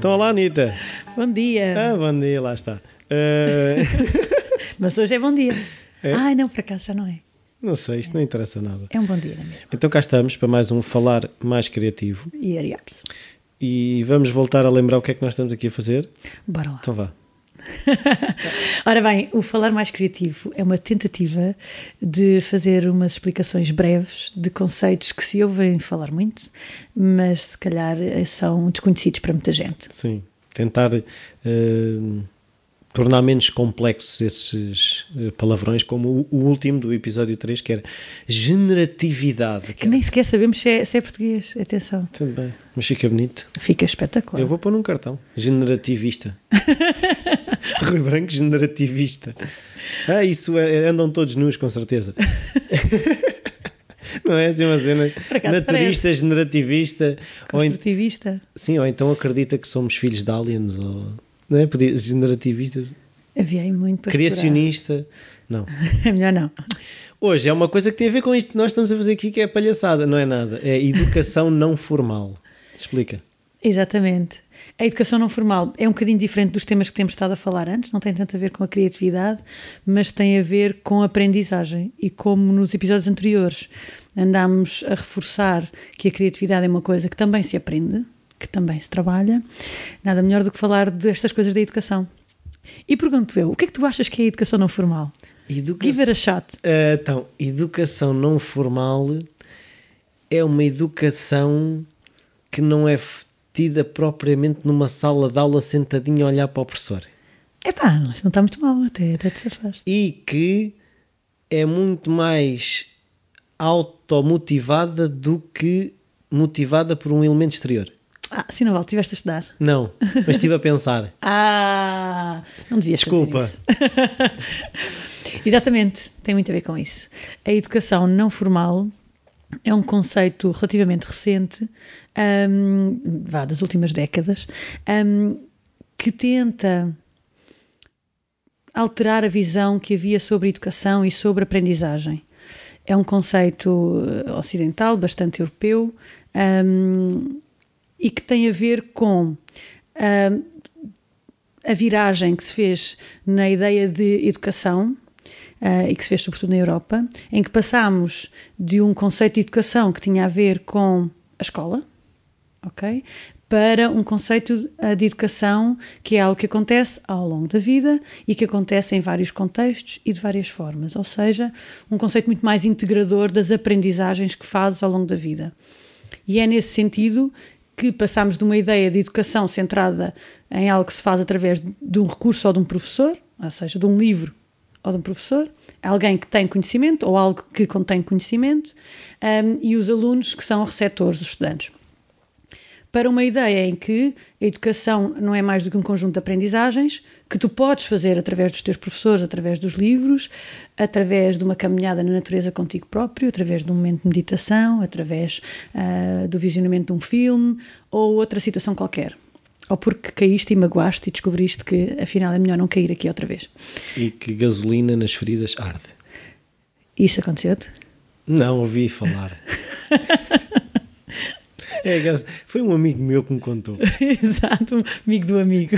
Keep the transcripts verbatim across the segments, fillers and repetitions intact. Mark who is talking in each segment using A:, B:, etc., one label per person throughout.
A: Então, olá, Anitta.
B: Bom dia.
A: Ah, bom dia, lá está. Uh...
B: Mas hoje é bom dia.
A: É?
B: Ai, não, por acaso já não é.
A: Não sei, isto
B: é.
A: não interessa nada.
B: É um bom dia, não é mesmo?
A: Então cá estamos para mais um Falar Mais Criativo.
B: E ariapso.
A: E vamos voltar a lembrar o que é que nós estamos aqui a fazer.
B: Bora lá.
A: Então vá.
B: Ora bem, o Falar Mais Criativo é uma tentativa de fazer umas explicações breves de conceitos que se ouvem falar muito, mas se calhar são desconhecidos para muita gente.
A: Sim, tentar uh, tornar menos complexos esses uh, palavrões, como o, o último do episódio três, que era generatividade. Que,
B: que nem sequer sabemos se é, se é português, atenção.
A: Tudo bem, mas fica bonito.
B: Fica espetacular.
A: Eu vou pôr num cartão, generativista. Rui Branco, generativista. Ah, isso é, andam todos nus, com certeza. Não é assim uma cena? Naturista, parece. Generativista.
B: Construtivista.
A: Ou, sim, ou então acredita que somos filhos de aliens, ou não é? Podia, generativista.
B: Havia aí muito para
A: criacionista. Não.
B: É melhor não.
A: Hoje é uma coisa que tem a ver com isto que nós estamos a fazer aqui, que é palhaçada, não é nada. É educação não formal. Explica.
B: Exatamente. A educação não formal é um bocadinho diferente dos temas que temos estado a falar antes, não tem tanto a ver com a criatividade, mas tem a ver com a aprendizagem. E como nos episódios anteriores andámos a reforçar que a criatividade é uma coisa que também se aprende, que também se trabalha, nada melhor do que falar destas coisas da educação. E pergunto eu, o que é que tu achas que é a educação não formal?
A: Educa...
B: Give it a shot.
A: Uh, então, educação não formal é uma educação que não é tida propriamente numa sala de aula sentadinho a olhar para o professor.
B: Epá, não está muito mal até, até te safaste.
A: E que é muito mais automotivada do que motivada por um elemento exterior.
B: Ah, sim, não vale, estiveste a estudar.
A: Não, mas estive a pensar.
B: Ah, não devias
A: Desculpa.
B: fazer isso. Exatamente, tem muito a ver com isso. A educação não formal é um conceito relativamente recente, um, vá, das últimas décadas, um, que tenta alterar a visão que havia sobre educação e sobre aprendizagem. É um conceito ocidental, bastante europeu, um, e que tem a ver com um, a viragem que se fez na ideia de educação, Uh, e que se fez sobretudo na Europa, em que passámos de um conceito de educação que tinha a ver com a escola, ok, para um conceito de educação que é algo que acontece ao longo da vida e que acontece em vários contextos e de várias formas, ou seja, um conceito muito mais integrador das aprendizagens que fazes ao longo da vida. E é nesse sentido que passámos de uma ideia de educação centrada em algo que se faz através de um recurso ou de um professor, ou seja, de um livro ou de um professor, alguém que tem conhecimento ou algo que contém conhecimento, um, e os alunos que são receptores, os estudantes. Para uma ideia em que a educação não é mais do que um conjunto de aprendizagens que tu podes fazer através dos teus professores, através dos livros, através de uma caminhada na natureza contigo próprio, através de um momento de meditação, através uh, do visionamento de um filme ou outra situação qualquer. Ou porque caíste e magoaste e descobriste que afinal é melhor não cair aqui outra vez.
A: E que gasolina nas feridas arde.
B: Isso aconteceu-te?
A: Não, ouvi falar. É, foi um amigo meu que me contou.
B: Exato, um amigo do amigo.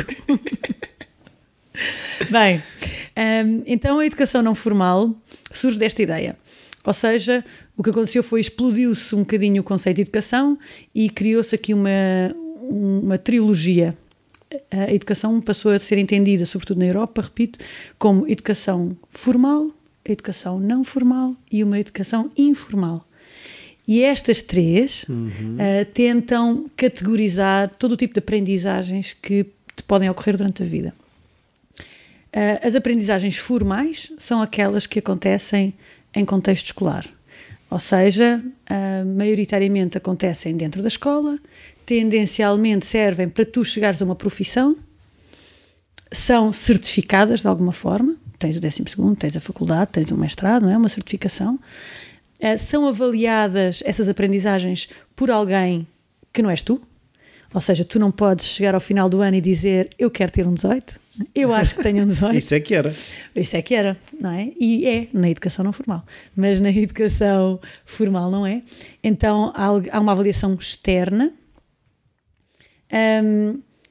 B: Bem, um, então a educação não formal surge desta ideia. Ou seja, o que aconteceu foi explodiu-se um bocadinho o conceito de educação e criou-se aqui uma... uma trilogia. A educação passou a ser entendida, sobretudo na Europa, repito, como educação formal, educação não formal e uma educação informal. E estas três uhum. uh, tentam categorizar todo o tipo de aprendizagens que te podem ocorrer durante a vida. Uh, as aprendizagens formais são aquelas que acontecem em contexto escolar. Ou seja, uh, maioritariamente acontecem dentro da escola, tendencialmente servem para tu chegares a uma profissão, são certificadas de alguma forma, tens o décimo segundo, tens a faculdade, tens um mestrado, não é? Uma certificação. Uh, são avaliadas essas aprendizagens por alguém que não és tu, ou seja, tu não podes chegar ao final do ano e dizer eu quero ter um dezoito, eu acho que tenho um dezoito.
A: Isso é que era.
B: Isso é que era, não é? E é na educação não formal, mas na educação formal não é. Então há, há uma avaliação externa, Um,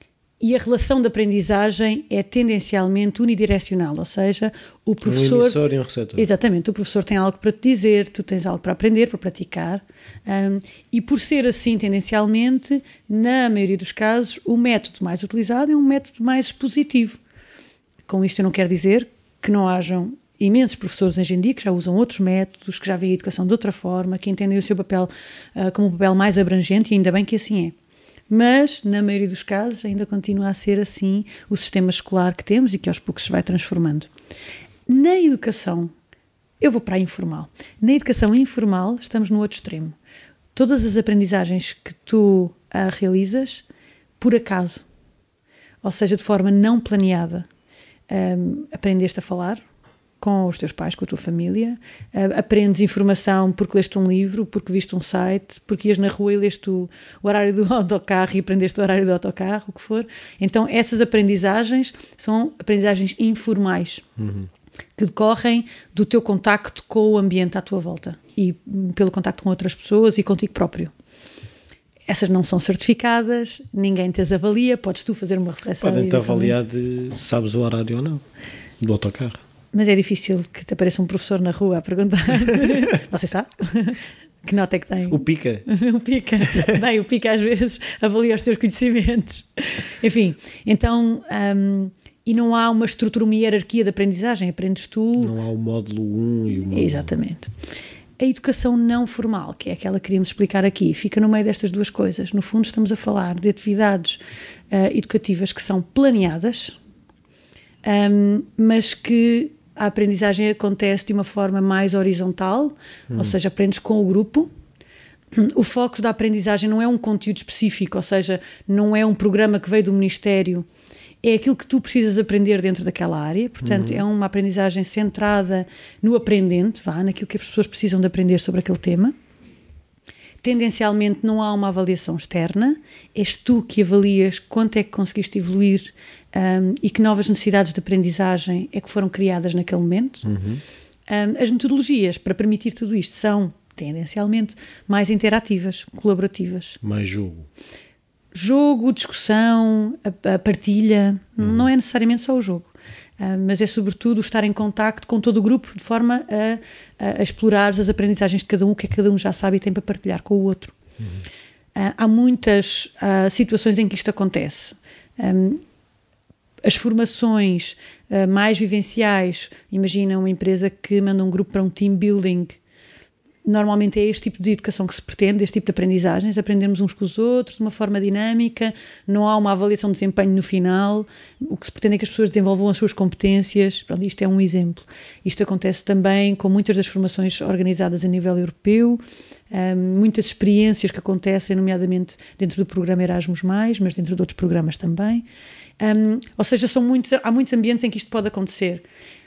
B: e a relação de aprendizagem é tendencialmente unidirecional, ou seja, o professor...
A: Um emissor e um receptor.
B: Exatamente, o professor tem algo para te dizer, tu tens algo para aprender, para praticar, um, e por ser assim tendencialmente, na maioria dos casos, o método mais utilizado é um método mais expositivo. Com isto eu não quero dizer que não hajam imensos professores hoje em dia que já usam outros métodos, que já veem a educação de outra forma, que entendem o seu papel uh, como um papel mais abrangente, e ainda bem que assim é. Mas, na maioria dos casos, ainda continua a ser assim o sistema escolar que temos e que aos poucos se vai transformando. Na educação, eu vou para a informal. Na educação informal, estamos no outro extremo. Todas as aprendizagens que tu ah, realizas, por acaso, ou seja, de forma não planeada, um, aprendeste a falar com os teus pais, com a tua família, uh, aprendes informação porque leste um livro, porque viste um site, porque ias na rua e leste o, o horário do autocarro e aprendeste o horário do autocarro, o que for. Então essas aprendizagens são aprendizagens informais, uhum. que decorrem do teu contacto com o ambiente à tua volta e pelo contacto com outras pessoas e contigo próprio. Essas não são certificadas, ninguém te as avalia, podes tu fazer uma reflexão.
A: Podem-te avaliar de sabes o horário ou não do autocarro.
B: Mas é difícil que te apareça um professor na rua a perguntar. Você sabe? Que nota é que tem?
A: O pica.
B: O pica. Bem, o pica às vezes avalia os teus conhecimentos. Enfim, então... Um, e não há uma estrutura, uma hierarquia de aprendizagem. Aprendes tu...
A: Não há o módulo um e o módulo...
B: Exatamente. A educação não formal, que é aquela que queríamos explicar aqui, fica no meio destas duas coisas. No fundo, estamos a falar de atividades uh, educativas que são planeadas, um, mas que a aprendizagem acontece de uma forma mais horizontal, hum. ou seja, aprendes com o grupo. O foco da aprendizagem não é um conteúdo específico, ou seja, não é um programa que veio do Ministério, é aquilo que tu precisas aprender dentro daquela área, portanto uhum. é uma aprendizagem centrada no aprendente, vá, naquilo que as pessoas precisam de aprender sobre aquele tema. Tendencialmente não há uma avaliação externa, és tu que avalias quanto é que conseguiste evoluir um, e que novas necessidades de aprendizagem é que foram criadas naquele momento. Uhum. Um, as metodologias para permitir tudo isto são, tendencialmente, mais interativas, colaborativas.
A: Mais jogo.
B: Jogo, discussão, a, a partilha, uhum. não é necessariamente só o jogo, uh, mas é sobretudo estar em contacto com todo o grupo de forma a, a, a explorar as aprendizagens de cada um, o que é que cada um já sabe e tem para partilhar com o outro. Uhum. Uh, há muitas uh, situações em que isto acontece. Um, as formações uh, mais vivenciais, imagina uma empresa que manda um grupo para um team building. Normalmente é este tipo de educação que se pretende, este tipo de aprendizagens, aprendermos uns com os outros de uma forma dinâmica, não há uma avaliação de desempenho no final, o que se pretende é que as pessoas desenvolvam as suas competências. Pronto, isto é um exemplo. Isto acontece também com muitas das formações organizadas a nível europeu, um, muitas experiências que acontecem, nomeadamente dentro do programa Erasmus mais, mas dentro de outros programas também. Um, ou seja, são muitos, há muitos ambientes em que isto pode acontecer.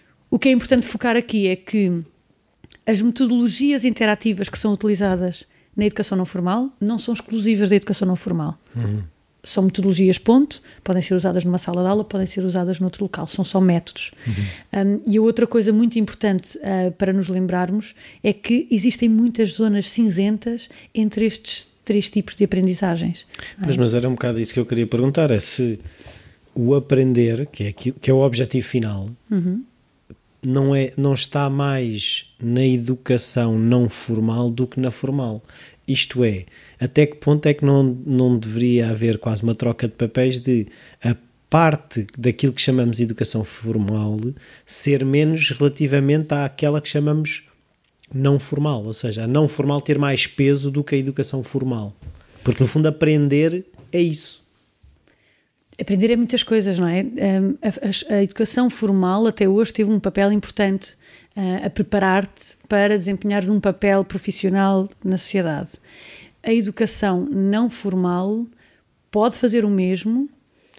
B: O que é importante focar aqui é que as metodologias interativas que são utilizadas na educação não formal não são exclusivas da educação não formal. Uhum. São metodologias ponto, podem ser usadas numa sala de aula, podem ser usadas noutro local, são só métodos. Uhum. Um, e a outra coisa muito importante uh, para nos lembrarmos é que existem muitas zonas cinzentas entre estes três tipos de aprendizagens.
A: Mas, mas era um bocado isso que eu queria perguntar, é se o aprender, que é, aquilo, que é o objetivo final, uhum. Não, é, não está mais na educação não formal do que na formal. Isto é, até que ponto é que não, não deveria haver quase uma troca de papéis de a parte daquilo que chamamos de educação formal ser menos relativamente àquela que chamamos não formal, ou seja, a não formal ter mais peso do que a educação formal. Porque no fundo aprender é isso.
B: Aprender é muitas coisas, não é? A, a, a educação formal até hoje teve um papel importante uh, a preparar-te para desempenhares um papel profissional na sociedade. A educação não formal pode fazer o mesmo,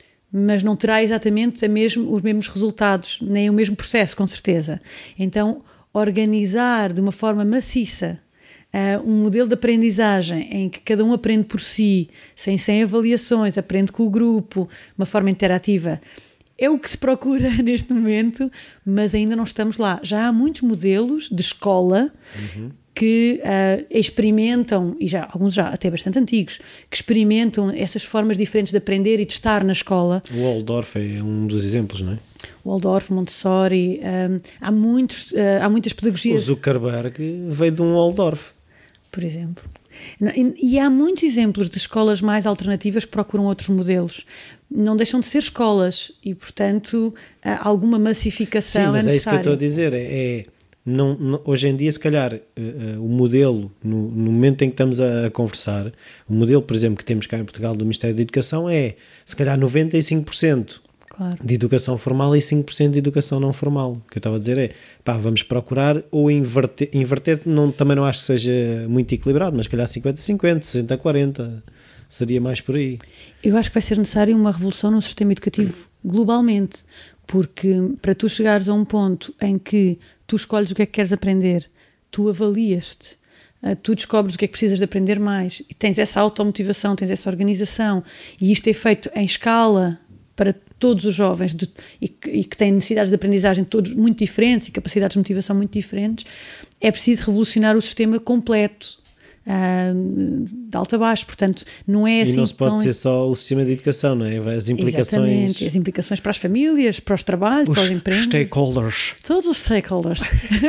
B: mas não terá exatamente a mesmo, os mesmos resultados, nem o mesmo processo, com certeza. Então, organizar de uma forma maciça Uh, um modelo de aprendizagem em que cada um aprende por si, sem, sem avaliações, aprende com o grupo, uma forma interativa, é o que se procura neste momento, mas ainda não estamos lá. Já há muitos modelos de escola uhum. que uh, experimentam, e já alguns já até bastante antigos, que experimentam essas formas diferentes de aprender e de estar na escola.
A: O Waldorf é um dos exemplos, não é?
B: O Waldorf, Montessori, um, há, muitos, uh, há muitas pedagogias.
A: O Zuckerberg veio de um Waldorf.
B: Por exemplo. E, e há muitos exemplos de escolas mais alternativas que procuram outros modelos. Não deixam de ser escolas e, portanto, alguma massificação. Sim,
A: mas
B: é
A: é
B: necessária.
A: isso que eu estou a dizer. É, é, não, não, hoje em dia, se calhar, uh, uh, o modelo, no, no momento em que estamos a, a conversar, o modelo, por exemplo, que temos cá em Portugal do Ministério da Educação é, se calhar, noventa e cinco por cento claro. De educação formal e cinco por cento de educação não formal. O que eu estava a dizer é, pá, vamos procurar ou inverter, inverter não, também não acho que seja muito equilibrado, mas se calhar cinquenta a cinquenta, sessenta a quarenta, seria mais por aí.
B: Eu acho que vai ser necessário uma revolução no sistema educativo globalmente, porque para tu chegares a um ponto em que tu escolhes o que é que queres aprender, tu avalias-te, tu descobres o que é que precisas de aprender mais, e tens essa automotivação, tens essa organização, e isto é feito em escala para todos os jovens de, e, que, e que têm necessidades de aprendizagem todos muito diferentes e capacidades de motivação muito diferentes, é preciso revolucionar o sistema completo, uh, de alto a baixo. Portanto, não é assim.
A: E não se pode
B: tão...
A: ser só o sistema de educação, não é? As implicações.
B: Exatamente, as implicações para as famílias, para os trabalhos,
A: os
B: para os empregos.
A: Stakeholders.
B: Todos os stakeholders.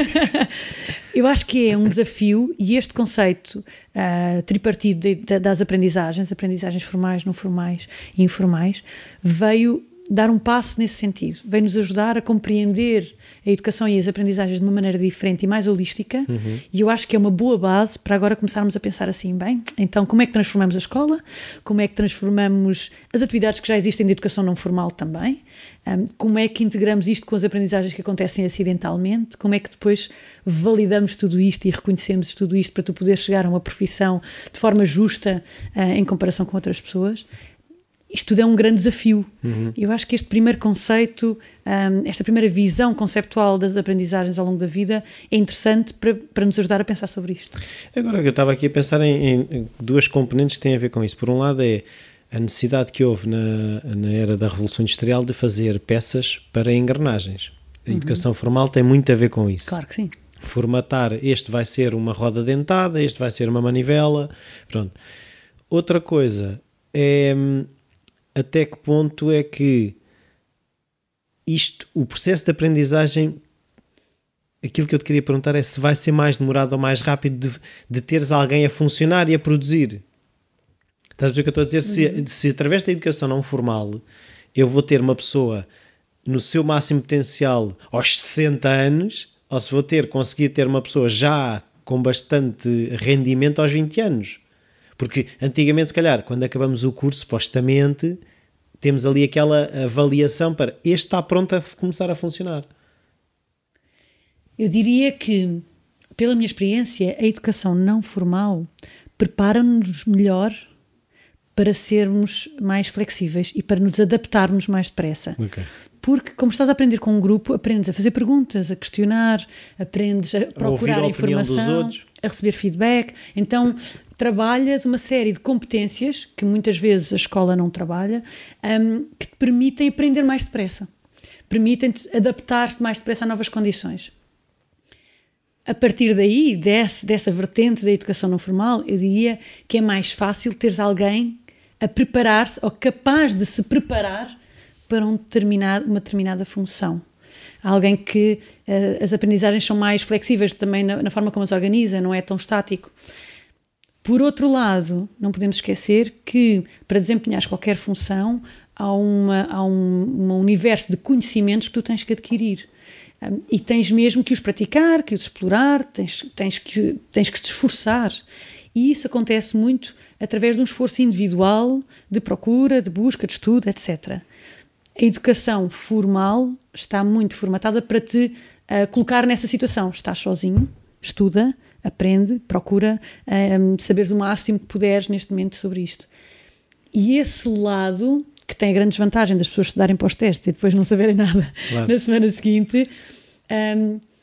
B: Eu acho que é um desafio, e este conceito uh, tripartido de, de, das aprendizagens, aprendizagens formais, não formais e informais, veio dar um passo nesse sentido, veio nos ajudar a compreender a educação e as aprendizagens de uma maneira diferente e mais holística, uhum. E eu acho que é uma boa base para agora começarmos a pensar assim, bem, então como é que transformamos a escola, como é que transformamos as atividades que já existem de educação não formal também, um, como é que integramos isto com as aprendizagens que acontecem acidentalmente, como é que depois validamos tudo isto e reconhecemos tudo isto para tu poderes chegar a uma profissão de forma justa uh, em comparação com outras pessoas. Isto tudo é um grande desafio. Uhum. Eu acho que este primeiro conceito, um, esta primeira visão conceptual das aprendizagens ao longo da vida é interessante para, para nos ajudar a pensar sobre isto.
A: Agora, eu estava aqui a pensar em, em duas componentes que têm a ver com isso. Por um lado é a necessidade que houve na, na era da Revolução Industrial de fazer peças para engrenagens. A uhum. educação formal tem muito a ver com isso.
B: Claro que sim.
A: Formatar, este vai ser uma roda dentada, este vai ser uma manivela, pronto. Outra coisa é... até que ponto é que isto, o processo de aprendizagem, aquilo que eu te queria perguntar é se vai ser mais demorado ou mais rápido de, de teres alguém a funcionar e a produzir. Estás a ver o que eu estou a dizer? Uhum. Se, se através da educação não formal eu vou ter uma pessoa no seu máximo potencial aos sessenta anos, ou se vou ter, conseguir ter uma pessoa já com bastante rendimento aos vinte anos. Porque antigamente, se calhar, quando acabamos o curso, supostamente, temos ali aquela avaliação para este está pronto a começar a funcionar.
B: Eu diria que, pela minha experiência, a educação não formal prepara-nos melhor para sermos mais flexíveis e para nos adaptarmos mais depressa. Okay. Porque, como estás a aprender com um grupo, aprendes a fazer perguntas, a questionar, aprendes a procurar a informação, a receber feedback. Então, trabalhas uma série de competências que muitas vezes a escola não trabalha, um, que te permitem aprender mais depressa. Permitem-te adaptar-te mais depressa a novas condições. A partir daí, desse, dessa vertente da educação não formal, eu diria que é mais fácil teres alguém a preparar-se ou capaz de se preparar para um determinado, uma determinada função. Há alguém que uh, as aprendizagens são mais flexíveis também na, na forma como as organiza, não é tão estático. Por outro lado, não podemos esquecer que para desempenhares qualquer função há, uma, há um, um universo de conhecimentos que tu tens que adquirir. Um, e tens mesmo que os praticar, que os explorar, tens, tens, que, tens que te esforçar. E isso acontece muito através de um esforço individual de procura, de busca, de estudo, etcétera. A educação formal está muito formatada para te uh, colocar nessa situação. Estás sozinho, estuda, aprende, procura um, saberes o máximo que puderes neste momento sobre isto. E esse lado, que tem a grande desvantagem das pessoas estudarem para os testes e depois não saberem nada claro. Na semana seguinte, um,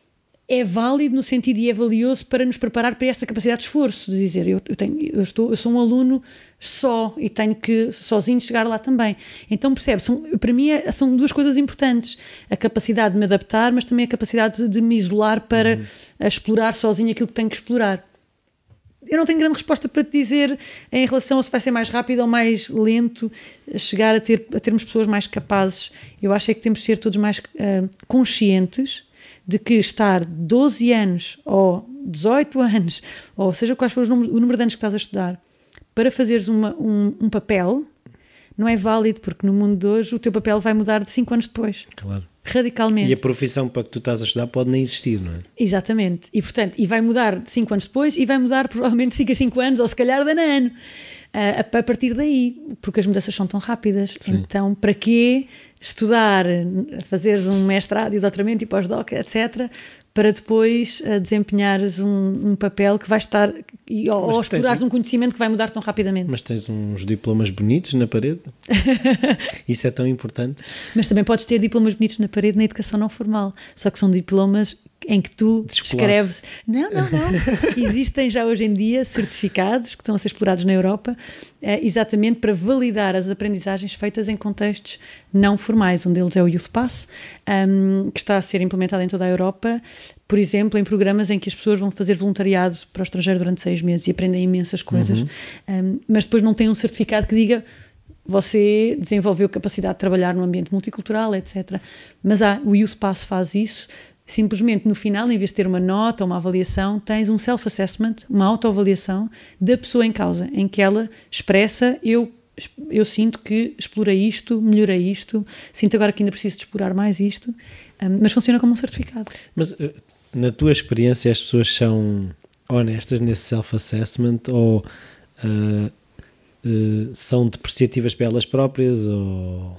B: é válido no sentido e é valioso para nos preparar para essa capacidade de esforço, de dizer, eu, eu, tenho, eu, estou, eu sou um aluno só e tenho que sozinho chegar lá também. Então percebe, são, para mim é, são duas coisas importantes, a capacidade de me adaptar, mas também a capacidade de, de me isolar para uhum. explorar sozinho aquilo que tenho que explorar. Eu não tenho grande resposta para te dizer em relação a se vai ser mais rápido ou mais lento chegar a, ter, a termos pessoas mais capazes. Eu acho é que temos de ser todos mais uh, conscientes de que estar doze anos ou dezoito anos, ou seja quais for o número, o número de anos que estás a estudar, para fazeres uma, um, um papel, não é válido, porque no mundo de hoje o teu papel vai mudar de cinco anos depois.
A: Claro.
B: Radicalmente.
A: E a profissão para que tu estás a estudar pode nem existir, não é?
B: Exatamente. E, portanto, e vai mudar de cinco anos depois e vai mudar provavelmente de cinco a cinco anos ou se calhar de ano a ano. Uh, a partir daí, porque as mudanças são tão rápidas. Sim. Então, para quê estudar, fazeres um mestrado e doutoramento e pós-doc, etcétera, para depois uh, desempenhares um, um papel que vai estar, e, ou, ou explorares um conhecimento que vai mudar tão rapidamente.
A: Mas tens uns diplomas bonitos na parede? Isso é tão importante.
B: Mas também podes ter diplomas bonitos na parede na educação não formal, só que são diplomas em que tu escreves... Não, não, não. Existem já hoje em dia certificados que estão a ser explorados na Europa é, exatamente para validar as aprendizagens feitas em contextos não formais. Um deles é o Youth Pass, um, que está a ser implementado em toda a Europa, por exemplo, em programas em que as pessoas vão fazer voluntariado para o estrangeiro durante seis meses e aprendem imensas coisas, uhum. um, mas depois não têm um certificado que diga você desenvolveu capacidade de trabalhar num ambiente multicultural, etcétera. Mas há, o Youth Pass faz isso. Simplesmente no final, em vez de ter uma nota ou uma avaliação, tens um self-assessment, uma autoavaliação da pessoa em causa, em que ela expressa, eu, eu sinto que explorei isto, melhorei isto, sinto agora que ainda preciso de explorar mais isto, um, mas funciona como um certificado.
A: Mas na tua experiência as pessoas são honestas nesse self-assessment ou uh, uh, são depreciativas para elas próprias ou...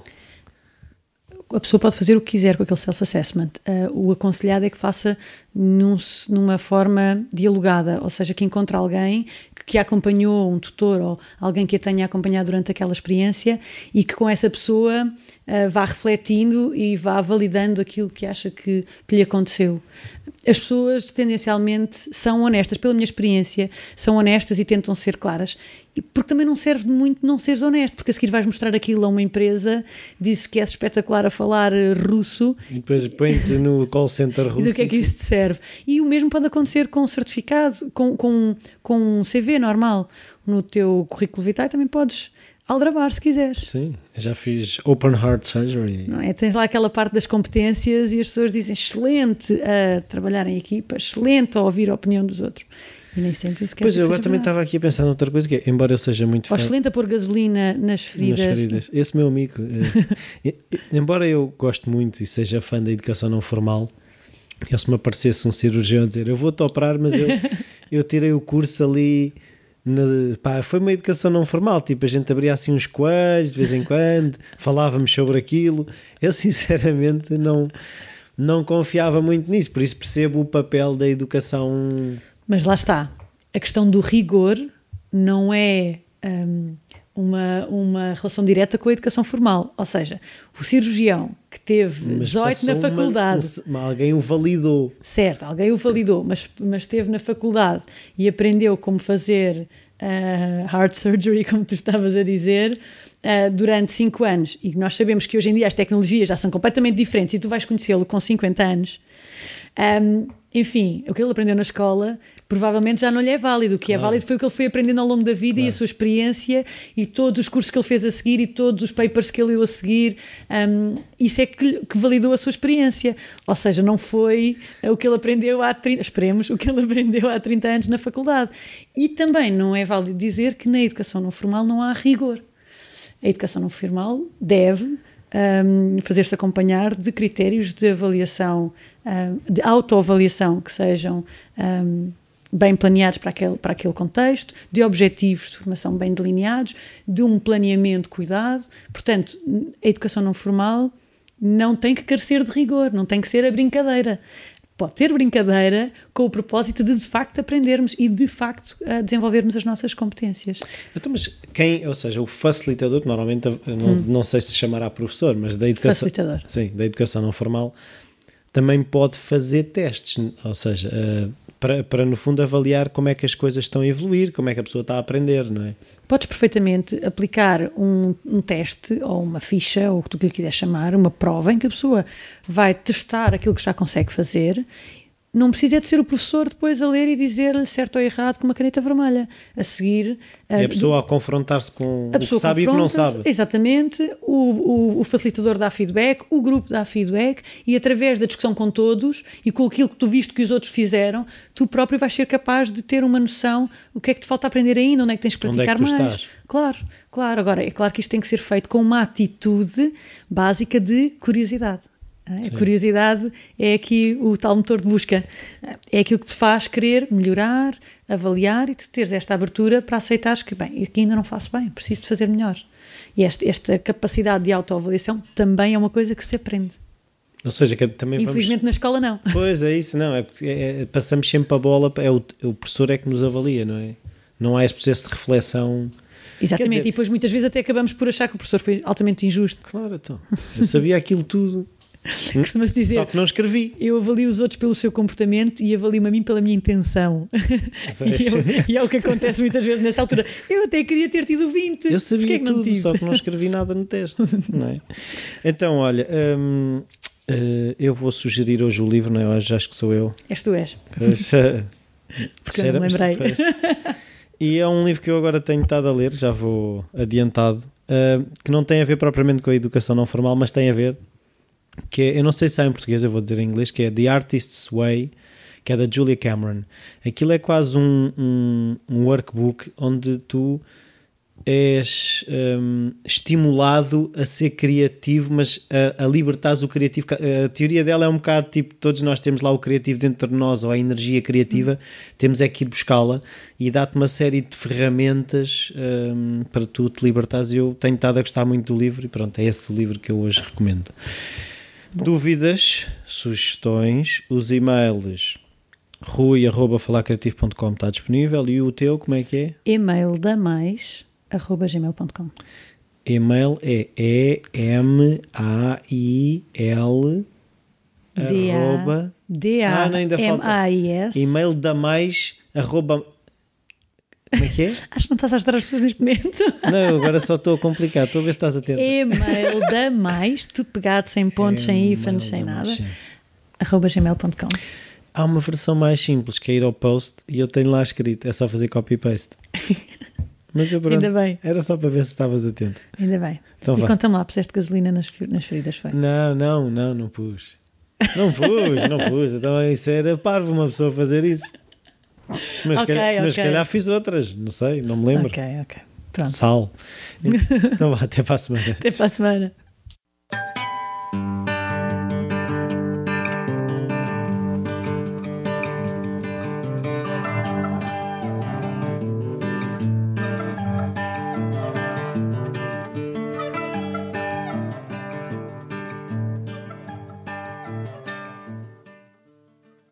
B: A pessoa pode fazer o que quiser com aquele self-assessment. Uh, o aconselhado é que faça num, numa forma dialogada, ou seja, que encontre alguém que, que a acompanhou, um tutor ou alguém que a tenha acompanhado durante aquela experiência e que com essa pessoa uh, vá refletindo e vá validando aquilo que acha que, que lhe aconteceu. As pessoas tendencialmente são honestas, pela minha experiência, são honestas e tentam ser claras. E porque também não serve muito não seres honesto, porque a seguir vais mostrar aquilo a uma empresa, dizes que és espetacular a falar russo.
A: E depois põe-te no call center russo.
B: E do que é que isso te serve? E o mesmo pode acontecer com um certificado, com, com, com um C V normal. No teu currículo vitae também podes aldrabar se quiseres.
A: Sim, já fiz open heart surgery.
B: Não é? Tens lá aquela parte das competências e as pessoas dizem excelente a trabalhar em equipa, excelente a ouvir a opinião dos outros. E nem sempre isso quer
A: Pois
B: dizer
A: eu agora também
B: verdade.
A: Estava aqui a pensar noutra coisa, que é, embora eu seja muito
B: Ou
A: fã...
B: excelente a pôr gasolina nas feridas.
A: Nas feridas. Esse meu amigo, é, embora eu goste muito e seja fã da educação não formal, ele se me aparecesse um cirurgião a dizer, eu vou-te operar, mas eu, eu tirei o curso ali... Na, pá, foi uma educação não formal, tipo a gente abria assim uns coelhos de vez em quando, falávamos sobre aquilo. Eu sinceramente não, não confiava muito nisso, por isso percebo o papel da educação.
B: Mas lá está, a questão do rigor não é um, uma, uma relação direta com a educação formal, ou seja, o cirurgião que teve mas dezoito na faculdade,
A: uma, uma, alguém o validou,
B: certo, alguém o validou, mas, mas esteve na faculdade e aprendeu como fazer uh, heart surgery, como tu estavas a dizer, uh, durante cinco anos, e nós sabemos que hoje em dia as tecnologias já são completamente diferentes e tu vais conhecê-lo com cinquenta anos, um, enfim, o que ele aprendeu na escola provavelmente já não lhe é válido. O que claro. É válido foi o que ele foi aprendendo ao longo da vida, claro. E a sua experiência e todos os cursos que ele fez a seguir e todos os papers que ele leu a seguir, um, isso é que, que validou a sua experiência, ou seja, não foi o que ele aprendeu há trinta, esperemos, o que ele aprendeu há trinta anos na faculdade. E também não é válido dizer que na educação não formal não há rigor. A educação não formal deve um, fazer-se acompanhar de critérios de avaliação, um, de autoavaliação que sejam um, bem planeados para aquele, para aquele contexto, de objetivos de formação bem delineados, de um planeamento cuidado. Portanto, a educação não formal não tem que carecer de rigor, não tem que ser a brincadeira. Pode ter brincadeira com o propósito de, de facto, aprendermos e, de facto, desenvolvermos as nossas competências.
A: Então, mas quem, ou seja, o facilitador, normalmente, não, hum. não sei se chamará professor, mas da educação...
B: Facilitador.
A: Sim, da educação não formal... também pode fazer testes, ou seja, uh, para, para no fundo avaliar como é que as coisas estão a evoluir, como é que a pessoa está a aprender, não é?
B: Podes perfeitamente aplicar um, um teste ou uma ficha, ou o que tu lhe quiser chamar, uma prova em que a pessoa vai testar aquilo que já consegue fazer. Não precisa de ser o professor depois a ler e dizer-lhe certo ou errado com uma caneta vermelha. A seguir...
A: É a pessoa a confrontar-se com o que sabe e o que não sabe.
B: Exatamente. O, o, o facilitador dá feedback, o grupo dá feedback e através da discussão com todos e com aquilo que tu viste que os outros fizeram, tu próprio vais ser capaz de ter uma noção o que é que te falta aprender ainda, onde é que tens de praticar
A: onde é que tu
B: mais.
A: Estás?
B: Claro, claro. Agora, é claro que isto tem que ser feito com uma atitude básica de curiosidade. A curiosidade é aqui o tal motor de busca. É aquilo que te faz querer melhorar, avaliar e tu teres esta abertura para aceitares que, bem, aqui ainda não faço bem, preciso de fazer melhor. E esta, esta capacidade de autoavaliação também é uma coisa que se aprende.
A: Ou seja, que também
B: Infelizmente
A: vamos...
B: na escola não.
A: Pois é isso, não. É porque é, passamos sempre a bola, é o, o professor é que nos avalia, não é? Não há esse processo de reflexão...
B: Exatamente,
A: dizer...
B: e depois muitas vezes até acabamos por achar que o professor foi altamente injusto.
A: Claro, então. Eu sabia aquilo tudo...
B: Costuma-se dizer,
A: só que não escrevi.
B: Eu avalio os outros pelo seu comportamento e avalio-me a mim pela minha intenção. e, eu, e é o que acontece muitas vezes nessa altura. Eu até queria ter tido vinte.
A: Eu sabia
B: é que
A: tudo,
B: não
A: só que não escrevi nada no teste. Não é? Então, olha, hum, uh, eu vou sugerir hoje o livro, não é? Hoje acho que sou eu.
B: És tu, és.
A: Pois, uh,
B: Porque eu não me lembrei.
A: Pois. E é um livro que eu agora tenho estado a ler, já vou adiantado, uh, que não tem a ver propriamente com a educação não formal, mas tem a ver, que é, eu não sei se há em português, eu vou dizer em inglês, que é The Artist's Way, que é da Julia Cameron. Aquilo é quase um, um, um workbook onde tu és um, estimulado a ser criativo, mas a, a libertares o criativo. A teoria dela é um bocado tipo, todos nós temos lá o criativo dentro de nós, ou a energia criativa, hum. temos é que ir buscá-la, e dá-te uma série de ferramentas um, para tu te libertares. Eu tenho estado a gostar muito do livro e pronto, é esse o livro que eu hoje recomendo. Bom. Dúvidas, sugestões, os e-mails rui arroba falar criativo ponto com está disponível, e o teu como é que é?
B: E-mail da mais arroba gmail ponto com.
A: E-mail é E M A I L arroba
B: D A M A I S
A: e-mail da mais arroba. Como é que é?
B: Acho que não estás a ajudar as pessoas neste momento.
A: Não, agora só estou a complicar. Estou a ver se estás atento.
B: E-mail da mais, tudo pegado, sem pontos, sem ífanes, sem nada, arroba gmail ponto com.
A: Há uma versão mais simples, que é ir ao post e eu tenho lá escrito. É só fazer copy-paste. Mas eu, pronto,
B: ainda bem.
A: Era só para ver se estavas atento.
B: Ainda bem.
A: Então,
B: e conta-me lá, puseste gasolina nas, nas feridas, foi?
A: Não, não, não, não pus. Não pus, não pus. Então isso era parvo uma pessoa fazer isso. Mas,
B: okay,
A: calhar,
B: okay.
A: mas se calhar fiz outras, não sei, não me lembro.
B: Ok, ok. Pronto.
A: Sal. Então vá, até para a semana.
B: Até para a semana.